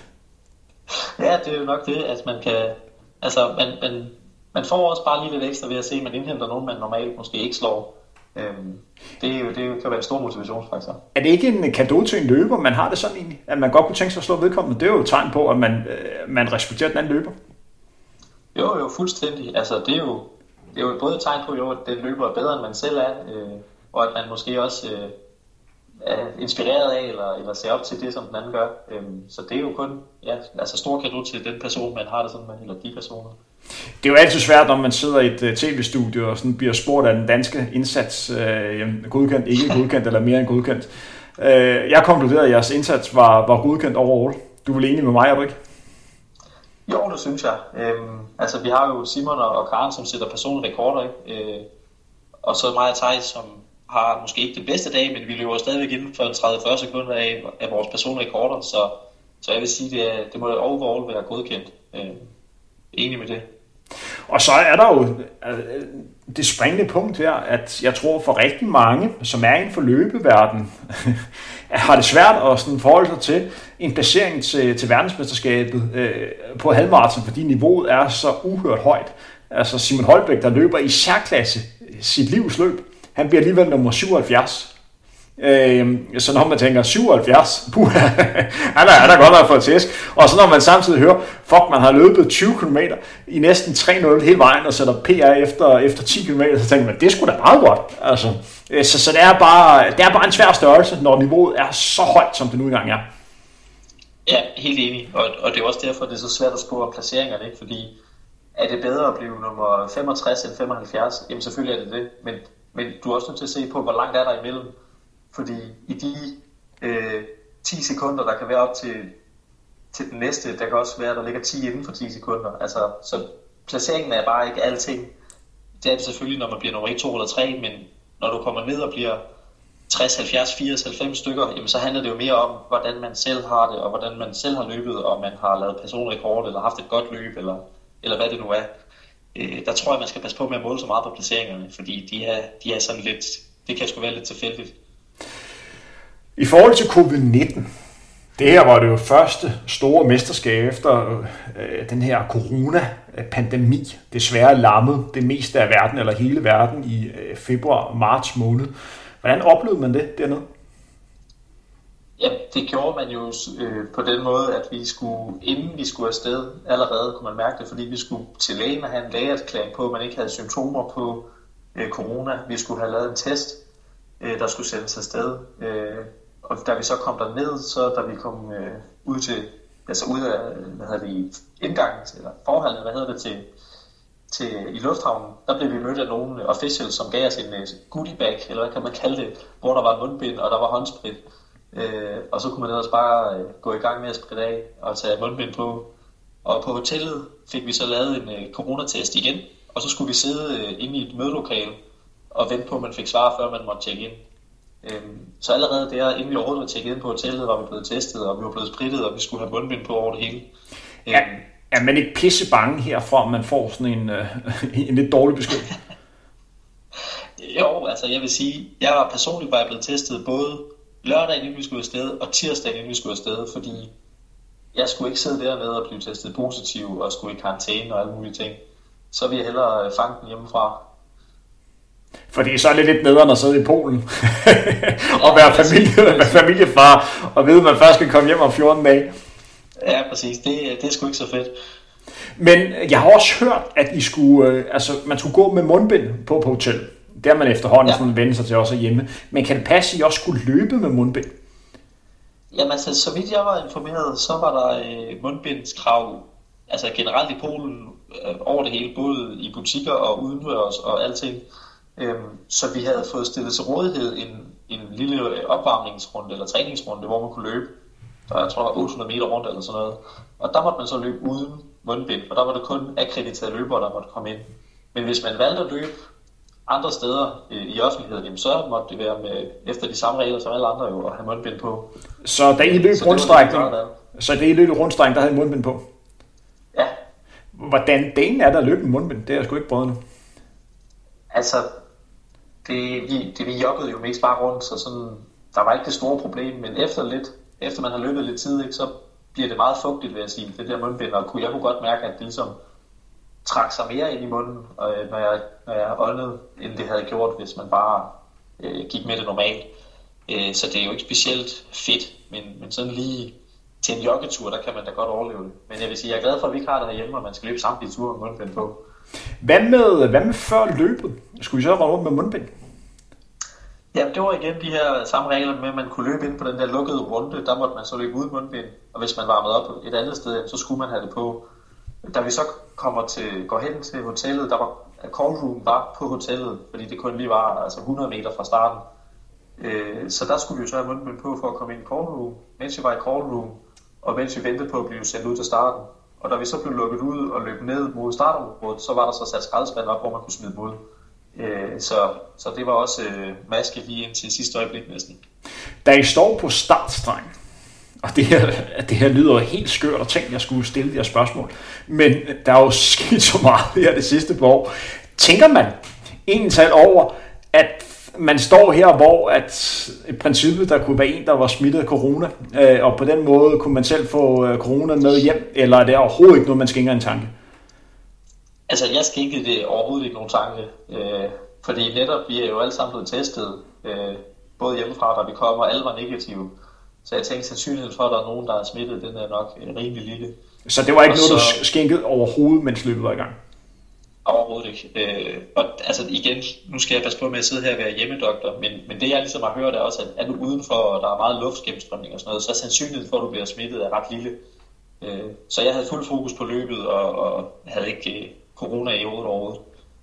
Ja, det er jo nok det, at man kan, altså, man, man, man får også bare lige lidt ekstra ved at se, at man indhenter nogen, man normalt måske ikke slår. Øhm, det, er jo, det kan være en stor motivationsfaktor. Er det ikke en cadeau til en løber, man har det sådan egentlig, at man godt kunne tænke sig at slå vedkommende? Det er jo et tegn på, at man, øh, man respekterer den anden løber. Jo, jo, fuldstændig. Altså, det er jo, det er jo både et tegn på, jo, at den løber er bedre, end man selv er, øh, og at man måske også øh, er inspireret af, eller, eller ser op til det, som den anden gør. Øh, så det er jo kun ja, altså stor cadeau til den person, man har det sådan med, eller de personer. Det er jo altid svært, når man sidder i et tv-studie og sådan bliver spurgt af den danske indsats, øh, godkendt, ikke godkendt eller mere end godkendt. Øh, jeg konkluderede, at jeres indsats var, var godkendt overall. Du er vel enig med mig, er du ikke? Jo, det synes jeg. Øhm, altså, vi har jo Simon og Karen, som sætter personlige rekorder, ikke? Øh, og så mig og Theis, som har måske ikke den bedste dag, men vi løber stadigvæk inden for tredive til fyrre sekunder af, af vores personlige rekorder, så, så jeg vil sige, det, er, det må overall være godkendt. Øh, enig med det. Og så er der jo det springende punkt her, at jeg tror for rigtig mange, som er inden for løbeverden, har det svært at sådan forholde sig til en placering til, til verdensmesterskabet øh, på halvmaraton, fordi niveauet er så uhørt højt. Altså Simon Holbæk, der løber i særklasse sit livs løb, han bliver alligevel nummer syvoghalvfjerds. Øh, så når man tænker syvoghalvfjerds, puh, han er der godt nok for et tæsk. Og så når man samtidig hører, fuck, man har løbet tyve kilometer i næsten tre nul hele vejen og sætter P R efter, efter ti kilometer, så tænker man, det skulle da meget godt. Altså, så, så det, er bare, det er bare en svær størrelse, når niveauet er så højt, som det nu engang er. Ja, helt enig. Og, og det er også derfor, det er så svært at spore placeringerne, ikke? Fordi er det bedre at blive nummer femogtres end femoghalvfjerds? Jamen selvfølgelig er det det, men, men du er også nødt til at se på, hvor langt er der imellem. Fordi i de øh, ti sekunder, der kan være op til, til den næste, der kan også være, der ligger ti inden for ti sekunder. Altså, så placeringen er bare ikke alting. Det er det selvfølgelig, når man bliver nummer et, to eller tre, men når du kommer ned og bliver tres, halvfjerds, firs, halvfems stykker, jamen, så handler det jo mere om, hvordan man selv har det, og hvordan man selv har løbet, og man har lavet personrekord, eller haft et godt løb, eller, eller hvad det nu er. Øh, der tror jeg, man skal passe på med at måle så meget på placeringerne, fordi de er, de er sådan lidt, det kan sgu være lidt tilfældigt. I forhold til covid nitten, det her var det jo første store mesterskab efter øh, den her corona-pandemi, desværre lammede det meste af verden, eller hele verden i øh, februar og marts måned. Hvordan oplevede man det dernede? Ja, det gjorde man jo øh, på den måde, at vi skulle, inden vi skulle afsted, allerede kunne man mærke det, fordi vi skulle til lægen og have en lægeerklæring på, at man ikke havde symptomer på øh, corona. Vi skulle have lavet en test, øh, der skulle sendes afsted. Øh, og da vi så kom derned, så da vi kom øh, ud til, altså ud af, hvad hedder det, indgangen, eller forhallen, hvad hedder det, til, til, i lufthavnen, der blev vi mødt af nogle officials, som gav os en goodie bag, eller hvad kan man kalde det, hvor der var mundbind, og der var håndsprit. Øh, og så kunne man ellers bare øh, gå i gang med at spritte af og tage mundbind på. Og på hotellet fik vi så lavet en øh, coronatest igen, og så skulle vi sidde øh, inde i et mødelokale og vente på, at man fik svar, før man måtte tjekke ind. Øh, så allerede der, inden vi overhovedet var tjekket ind på hotellet, var vi blevet testet, og vi var blevet sprittet, og vi skulle have mundbind på over det hele. Øh, ja, er man ikke pisse bange herfra, om man får sådan en, øh, en lidt dårlig besked? Jo, altså jeg vil sige, jeg var personligt bare blevet testet både lørdag, inden vi skulle afsted, og tirsdag, inden vi skulle afsted, fordi jeg skulle ikke sidde dernede og blive testet positiv og skulle i karantæne og alle mulige ting. Så vil jeg hellere fange den hjemmefra. Fordi så er det lidt nederen at sidde i Polen og være, familie, være familiefar og vide, at man først skal komme hjem om fjorten dage. Ja, præcis. Det, det er sgu ikke så fedt. Men jeg har også hørt, at I skulle, øh, altså, man skulle gå med mundbind på på hotel. Det har man efterhånden ja. sådan vendt sig til også hjemme. Men kan det passe, at I også skulle løbe med mundbind? Jamen altså, så vidt jeg var informeret, så var der øh, mundbindskrav altså generelt i Polen øh, over det hele, både i butikker og udendørs og alting. Øhm, så vi havde fået stillet til rådighed en, en lille opvarmningsrunde eller træningsrunde, hvor man kunne løbe. Der jeg tror der var otte hundrede meter rundt eller sådan noget. Og der måtte man så løbe uden mundbind, for der var det kun akkrediterede løbere, der måtte komme ind. Men hvis man valgte at løbe andre steder øh, i offentligheden, jamen, så måtte det være med efter de samme regler som alle andre jo, at have mundbind på. Så da I løb rundstrækning, så da I løb rundstrækning, der havde I mundbind på? Ja. Hvordan dagen er der at løbe med mundbind? Det er jeg sgu ikke prøvet nu. Altså, det, vi, det, vi joggede jo mest bare rundt, så sådan, der var ikke det store problem, men efter lidt, efter man har løbet lidt tid, ikke, så bliver det meget fugtigt, vil jeg sige, det der mundbind, og kunne, jeg kunne godt mærke, at det ligesom trak sig mere ind i munden, og, når jeg, når jeg åndede, end det havde gjort, hvis man bare øh, gik med det normalt. Øh, så det er jo ikke specielt fedt, men, men sådan lige til en joggetur, der kan man da godt overleve det. Men jeg vil sige, jeg er glad for, at vi ikke har det herhjemme, og man skal løbe samtlige ture med mundbind på. Hvad med, hvad med før løbet? Skulle I så rundt med mundbind? Ja, det var igen de her samme regler med, at man kunne løbe ind på den der lukkede runde. Der måtte man så løbe uden mundbind, og hvis man varmede op et andet sted, så skulle man have det på. Da vi så kommer til, går hen til hotellet, der var call room var på hotellet, fordi det kun lige var altså hundrede meter fra starten. Øh, så der skulle vi jo så have mundbind på for at komme ind i call room, mens vi var i call room, og mens vi ventede på at blive sendt ud til starten. Og da vi så blev lukket ud og løb ned mod startområdet, så var der så sat skraldespand op, hvor man kunne smide dem ud. Øh, så, så det var også øh, maske lige indtil sidste øjeblik næsten. Da I står på startstregen, og det her, det her lyder helt skørt, og tænkte, jeg skulle stille de her spørgsmål, men der er jo sket så meget her det sidste par år. Tænker man egentlig over, at man står her, hvor at i princippet der kunne være en, der var smittet af corona, øh, og på den måde kunne man selv få øh, corona med hjem, eller er det overhovedet ikke noget, man skænker en tanke? Altså, jeg skænkede det overhovedet ikke nogen tanke, øh, fordi netop vi er jo alle sammen blevet testet, øh, både hjemmefra, da vi kommer, og alle var negative. Så jeg tænkte, sandsynligheden for, at der er nogen, der er smittet, den er nok øh, rimelig lille. Så det var ikke og noget, så... du skænkede overhovedet, mens løbet var i gang? Overhovedet ikke. Øh, og altså igen, nu skal jeg passe på med at sidde her og være hjemmedoktor, men, men det jeg ligesom har hørt er også, at er du udenfor, og der er meget luftgennemstrømning og sådan noget, så er sandsynligheden for, at du bliver smittet er ret lille. Øh, så jeg havde fuld fokus på løbet, og, og havde ikke øh, corona i hovedet overhovedet.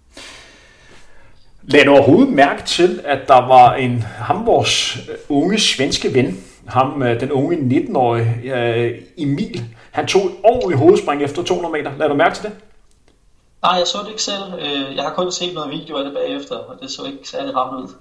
Lad du overhovedet mærke til, at der var en ham vores unge svenske ven, ham den unge nitten-årige øh, Emil, han tog et ordentligt hovedspring efter to hundrede meter. Lad du mærke til det? Nej, jeg så det ikke selv. Jeg har kun set noget video af det bagefter, og det så ikke særlig ramt ud.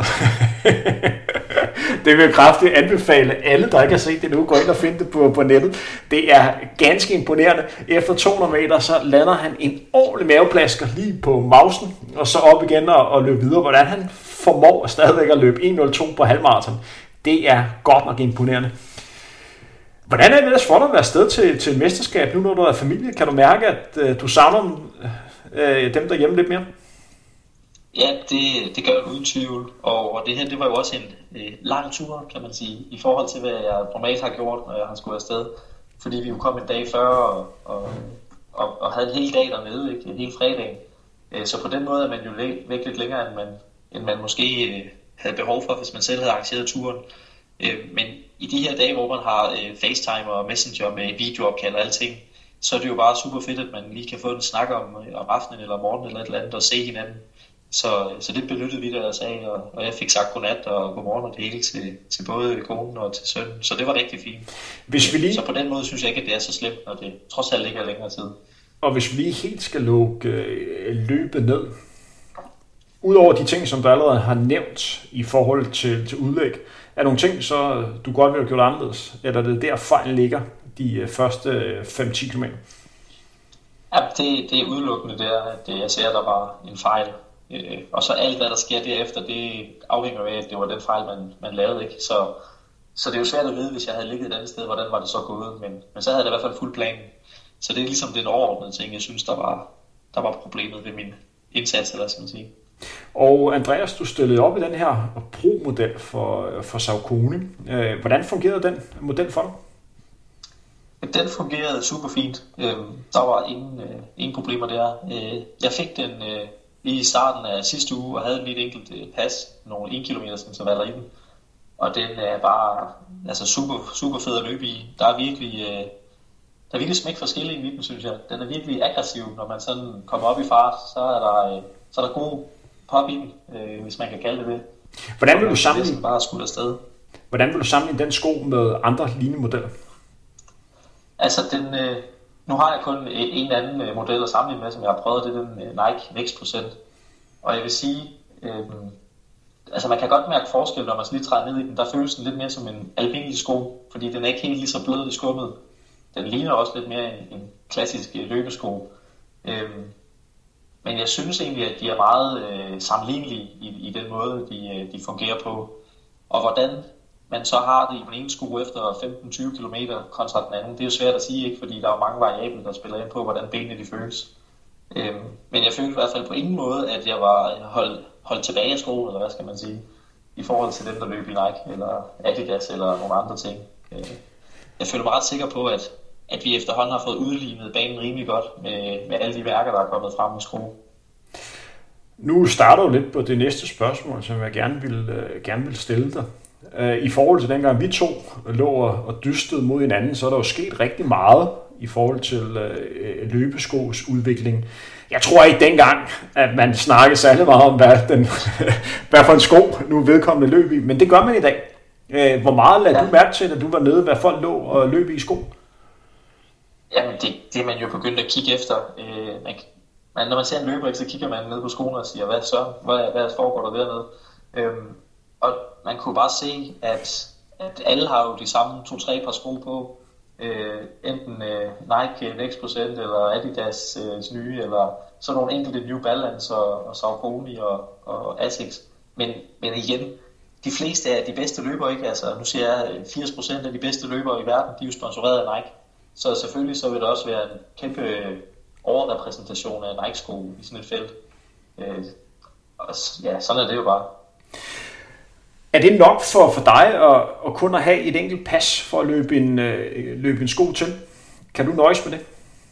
Det vil jeg kraftigt anbefale alle, der ikke har set det nu, gå ind og finde det på, på nettet. Det er ganske imponerende. Efter to hundrede meter, så lander han en ordentlig maveplasker lige på mausen, og så op igen og, og løbe videre. Hvordan han formår stadigvæk at løbe en nul to på halvmarathon, det er godt nok imponerende. Hvordan er det ellers for dig at være afsted til, til et mesterskab, nu når du er familie? Kan du mærke, at øh, du savner øh, dem derhjemme lidt mere? Ja, det, det gør jeg uden tvivl. Og, og det her, det var jo også en øh, lang tur, kan man sige, i forhold til, hvad jeg normalt har gjort, når jeg har skulle afsted. Fordi vi jo kom en dag før og, og, og, og havde en hel dag dernede, ikke? En hel fredag. Øh, så på den måde er man jo væk lidt længere, end man, end man måske øh, havde behov for, hvis man selv havde arrangeret turen. Øh, men i de her dage, hvor man har øh, FaceTime og Messenger med videoopkald og alting, så er det jo bare super fedt, at man lige kan få en snak om, om aftenen eller morgenen eller et eller andet og se hinanden. Så, så det benyttede vi der af, og, og jeg fik sagt godnat og godmorgen og det hele til, til både konen og til sønnen. Så det var rigtig fint. Hvis vi lige... Så på den måde synes jeg ikke, at det er så slemt, når det trods alt ikke er længere tid. Og hvis vi lige helt skal lukke øh, løbet ned, udover de ting, som du allerede har nævnt i forhold til, til udlæg, er nogle ting, så du godt vil have gjort anderledes? Eller er det der fejlen ligger, de første fem til ti kilometer? Ja, det, det er udelukkende der, at jeg ser, at der var en fejl. Og så alt, hvad der sker derefter, det afhænger af, at det var den fejl, man, man lavede. Ikke? Så så det er jo svært at vide, hvis jeg havde ligget et andet sted, hvordan var det så gået, men, men så havde jeg i hvert fald fuldt planen. Så det er ligesom den overordnede ting, jeg synes, der var, der var problemet ved min indsats, eller skal man sige. Og Andreas, du stillede op i den her pro-model for, for Saucony. Hvordan fungerede den model for dig? Den fungerede super fint. Der var ingen, ingen problemer der. Jeg fik den lige i starten af sidste uge, og havde lige et enkelt pas, nogle en kilometer intervaller i den. Og den er bare altså super, super fed at løbe i. Der er virkelig, der er virkelig smæk for skillingen i den, synes jeg. Den er virkelig aggressiv, når man sådan kommer op i fart, så er der, så er der god pop i den, hvis man kan kalde det det. Hvordan vil du sammenligne, bare skudt afsted. Hvordan vil du sammenligne den sko med andre lignende modeller? Altså, den, øh, nu har jeg kun en anden øh, model at sammenligne med, som jeg har prøvet, det er den øh, Nike Next Procent. Og jeg vil sige, øh, altså man kan godt mærke forskel, når man lige træder ned i den. Der føles den lidt mere som en almindelig sko, fordi den er ikke helt lige så blød i skummet. Den ligner også lidt mere en, en klassisk øh, løbesko. Øh, men jeg synes egentlig, at de er meget øh, sammenlignelige i, i den måde, de, øh, de fungerer på. Og hvordan man så har det i den ene sko efter femten til tyve kilometer kontra den anden. Det er jo svært at sige, ikke, fordi der er mange variabler, der spiller ind på, hvordan benene de føles. Øhm, men jeg følte i hvert fald på ingen måde, at jeg var holdt, holdt tilbage af skoen, eller hvad skal man sige, i forhold til dem, der løb i Nike, eller Adidas, eller nogle andre ting. Øh, jeg føler mig ret sikker på, at, at vi efterhånden har fået udlignet banen rimelig godt med, med alle de værker, der er kommet frem i sko. Nu starter du lidt på det næste spørgsmål, som jeg gerne vil, øh, gerne vil stille dig. I forhold til dengang vi to lå og dystede mod hinanden, så er der jo sket rigtig meget i forhold til øh, løbeskos udvikling. Jeg tror ikke dengang, at man snakkede særlig meget om, hvad, den, hvad for en sko nu vedkommende løb i, men det gør man i dag. Hvor meget lagde ja. du mærke til, at du var nede, hvad folk lå og løb i sko? Jamen det, det er man jo begyndt at kigge efter. Øh, man, når man ser en løber, så kigger man ned på skoene og siger, hvad så? Hvad, hvad foregår der dernede? Øh, Og man kunne bare se, at, at alle har jo de samme to-tre par sko på. Øh, enten øh, Nike Next Procent eller Adidas øh, nye, eller så nogle enkelte New Balance og, og Saucony og, og Asics. Men, men igen, de fleste af de bedste løbere, ikke? Altså, nu siger jeg, firs procent af de bedste løbere i verden, de er jo sponsoreret af Nike. Så selvfølgelig så vil der også være en kæmpe overrepræsentation af Nike-sko i sådan et felt. Øh, og ja, sådan er det jo bare. Er det nok for, for dig at, at kun at have et enkelt pas for at løbe en, øh, løbe en sko til? Kan du nøjes med det?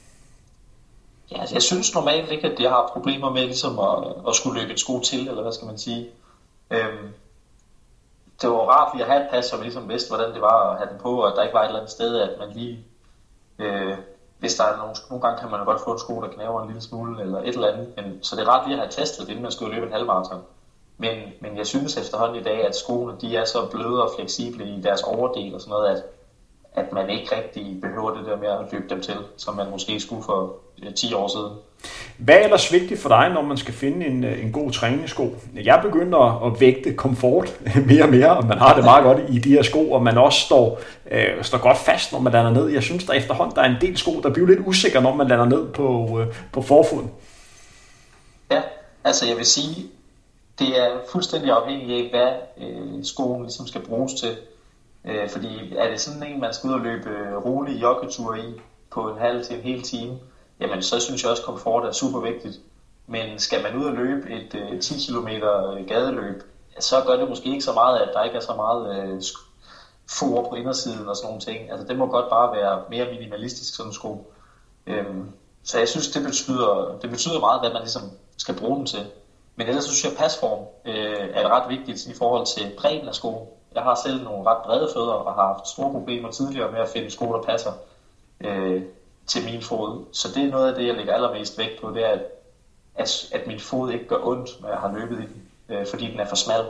Ja, altså jeg synes normalt ikke, at jeg har problemer med ligesom at, at skulle løbe en sko til, eller hvad skal man sige. Øhm, det var rart lige at have et pas, så man ligesom vidste, hvordan det var at have den på, og at der ikke var et eller andet sted, at man lige... Øh, hvis der er nogle, nogle gange kan man jo godt få en sko, der knæver en lille smule, eller et eller andet. Men, så det er rart lige at have testet, inden man skulle løbe en halvmaraton. Men, men jeg synes efterhånden i dag, at skoene de er så bløde og fleksible i deres overdel og sådan noget, at, at man ikke rigtig behøver det der med at løbe dem til, som man måske skulle for ti år siden. Hvad er ellers vigtigt for dig, når man skal finde en, en god træningssko? Jeg begynder at vægte komfort mere og mere, og man har det meget godt i de her sko, og man også står, øh, står godt fast, når man lander ned. Jeg synes, der efterhånden der er en del sko, der bliver lidt usikre, når man lander ned på, øh, på forfoden. Ja, altså jeg vil sige, det er fuldstændig afhængigt af, hvad øh, skoen ligesom skal bruges til. Øh, fordi er det sådan en, man skal ud og løbe rolig joggetur i på en halv til en hel time, jamen så synes jeg også, at komfort er super vigtigt. Men skal man ud og løbe et øh, ti kilometer gadeløb, så gør det måske ikke så meget, at der ikke er så meget øh, for på indersiden og sådan nogle ting. Altså det må godt bare være mere minimalistisk sådan en sko. Øh, så jeg synes, det betyder, det betyder meget, hvad man ligesom skal bruge den til. Men ellers synes jeg, at pasform øh, er ret vigtigt i forhold til bredden af sko. Jeg har selv nogle ret brede fødder og har haft store problemer tidligere med at finde sko, der passer øh, til min fod. Så det er noget af det, jeg lægger allermest vægt på, det er, at, at, at min fod ikke gør ondt, når jeg har løbet i den, øh, fordi den er for smal.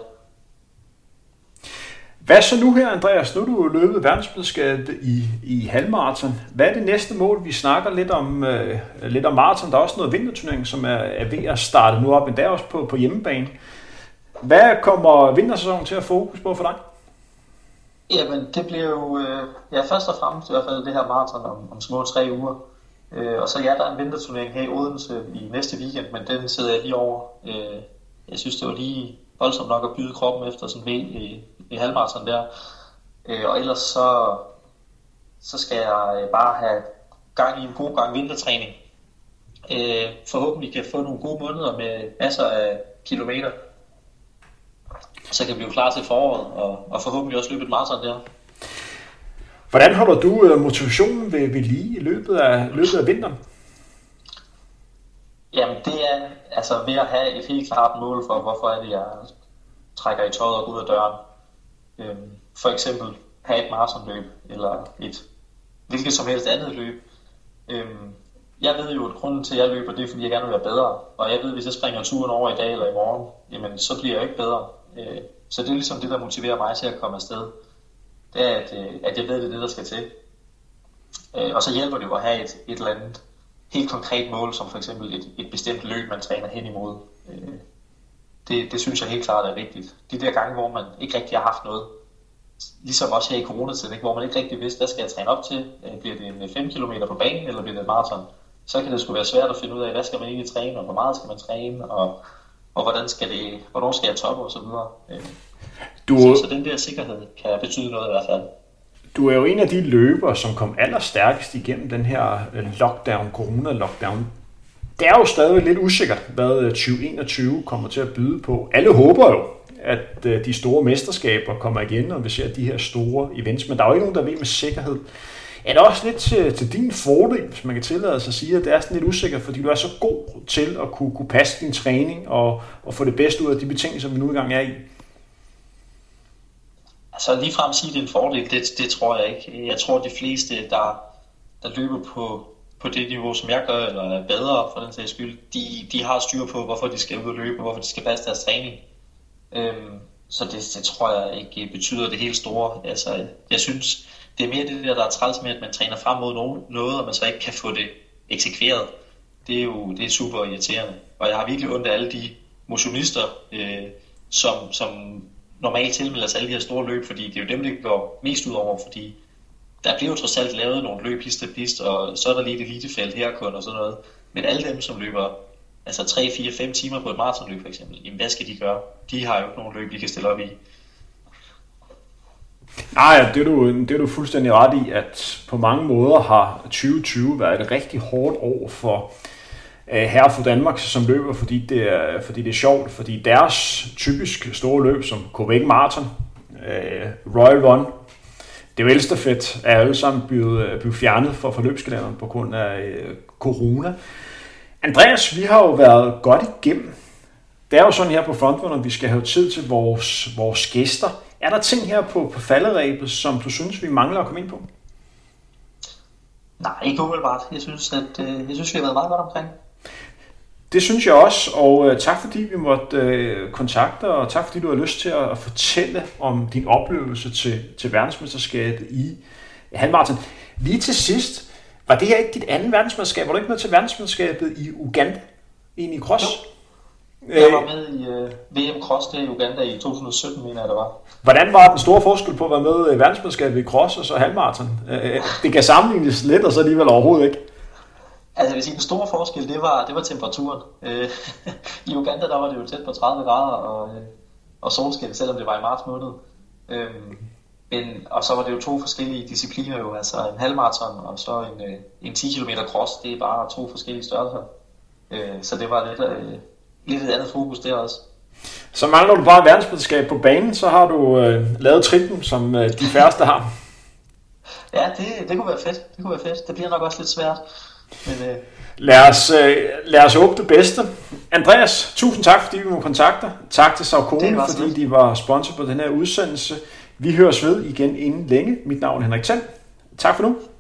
Hvad så nu her, Andreas? Nu er du løbet verdensmesterskabet i, i halvmaraton. Hvad er det næste mål? Vi snakker lidt om, øh, lidt om maraton. Der er også noget vinterturnering, som er, er ved at starte nu op, men der også på, på hjemmebane. Hvad kommer vintersæsonen til at fokus på for dig? Jamen, det bliver jo øh, ja, først og fremmest i hvert fald det her maraton om, om små tre uger. Øh, og så ja, der er en vinterturnering her i Odense i næste weekend, men den sidder jeg lige over. Øh, jeg synes, det var lige voldsomt nok at byde kroppen efter sådan en i, i halvmaraton der. Øh, og ellers så, så skal jeg bare have gang i en god gang vintertræning. Øh, forhåbentlig kan få nogle gode måneder med masser af kilometer, så kan jeg blive klar til foråret, og, og forhåbentlig også løbe et maraton der. Hvordan holder du motivationen ved, ved lige i løbet af, løbet af vinteren? Jamen det er altså ved at have et helt klart mål for, hvorfor er det, jeg trækker i tøjet og går ud af døren. Øhm, for eksempel have et maratonløb, eller et hvilket som helst andet løb. Øhm, jeg ved jo, at grunden til, at jeg løber, det er, fordi jeg gerne vil være bedre. Og jeg ved, at hvis jeg springer turen over i dag eller i morgen, jamen så bliver jeg ikke bedre. Øh, så det er ligesom det, der motiverer mig til at komme afsted. Det er, at, at jeg ved, det er det, der skal til. Øh, og så hjælper det jo at have et, et eller andet helt konkret mål, som for eksempel et, et bestemt løb, man træner hen imod. Øh, det, det synes jeg helt klart er vigtigt. De der gange, hvor man ikke rigtig har haft noget, ligesom også her i coronatiden, hvor man ikke rigtig vidste, hvad skal jeg træne op til? Øh, bliver det en fem kilometer på banen, eller bliver det et maraton? Så kan det sgu være svært at finde ud af, hvad skal man egentlig træne, og hvor meget skal man træne, og, og hvordan skal det, hvornår skal jeg toppe, og så videre. Øh, du... så, så den der sikkerhed kan betyde noget i hvert fald. Du er jo en af de løbere, som kom allerstærkest igennem den her lockdown, corona-lockdown. Det er jo stadig lidt usikkert, hvad tyve enogtyve kommer til at byde på. Alle håber jo, at de store mesterskaber kommer igen, og vi ser de her store events, men der er jo ikke nogen, der ved med sikkerhed. Er det også lidt til, til din fordel, hvis man kan tillade sig at sige, at det er sådan lidt usikkert, fordi du er så god til at kunne, kunne passe din træning og, og få det bedste ud af de betingelser, vi nu engang er i? Altså ligefrem at sige, at det er en fordel, det, det tror jeg ikke. Jeg tror, at de fleste, der, der løber på, på det niveau, som jeg gør, eller er bedre for den sags skyld, de, de har styr på, hvorfor de skal ud og løbe, og hvorfor de skal passe deres træning. Øhm, så det, det tror jeg ikke betyder det helt store. Altså, jeg synes, det er mere det der, der er træls med, at man træner frem mod noget, og man så ikke kan få det eksekveret. Det er jo det er super irriterende. Og jeg har virkelig ondt af alle de motionister, øh, som... som normalt tilmelder sig alle de her store løb, fordi det er jo dem, det går mest ud over, fordi der bliver jo trods alt lavet nogle løb hist og pist, og så er der lige et elitefelt her kun og sådan noget. Men alle dem, som løber altså tre, fire, fem timer på et maratonløb for eksempel, jamen hvad skal de gøre? De har jo ikke nogen løb, de kan stille op i. Nej, det er, du, det er du fuldstændig ret i, at på mange måder har tyve tyve været et rigtig hårdt år for her for Danmark, som løber, fordi det er, fordi det er sjovt, fordi deres typisk store løb, som Copenhagen Marathon, øh, Royal Run, det er jo elstafet, er alle sammen blevet, blevet fjernet fra forløbskalenderen på grund af øh, corona. Andreas, vi har jo været godt igennem. Det er jo sådan her på Frontrunner, vi skal have tid til vores, vores gæster. Er der ting her på, på falderæbet, som du synes, vi mangler at komme ind på? Nej, ikke umiddelbart. Jeg synes, at, øh, jeg synes, vi har været meget godt omkring. Det synes jeg også, og øh, tak fordi vi måtte øh, kontakte, og tak fordi du har lyst til at, at fortælle om din oplevelse til, til verdensmesterskabet i halvmaraton. Lige til sidst, var det her ikke dit andet verdensmesterskab? Var du ikke med til verdensmesterskabet i Uganda, egentlig i cross? Jo. Jeg var med i øh, V M Cross i Uganda i to tusind og sytten, mener jeg det var. Hvordan var den store forskel på at være med i verdensmesterskabet i cross og så halvmaraton? Øh, det kan sammenlignes lidt, og så alligevel overhovedet ikke. Altså jeg vil sige, den store forskel, det var, det var temperaturen. Øh, I Uganda, der var det jo tæt på tredive grader og, øh, og solskin, selvom det var i marts måned. Øh, men, og så var det jo to forskellige discipliner jo, altså en halvmaraton og så en, øh, en ti kilometer cross, det er bare to forskellige størrelser. Øh, så det var lidt, øh, lidt et andet fokus der også. Så mangler du bare verdensmesterskab på banen, så har du øh, lavet trippen, som øh, de færreste har. Ja, det, det kunne være fedt. Det kunne være fedt. Det bliver nok også lidt svært. Men, øh... lad, os, øh, lad os håbe det bedste. Andreas, tusind tak, fordi vi må kontakte. Tak til Saucony, fordi lidt. De var sponsor på den her udsendelse. Vi høres ved igen inden længe. Mit navn er Henrik Thand. Tak for nu.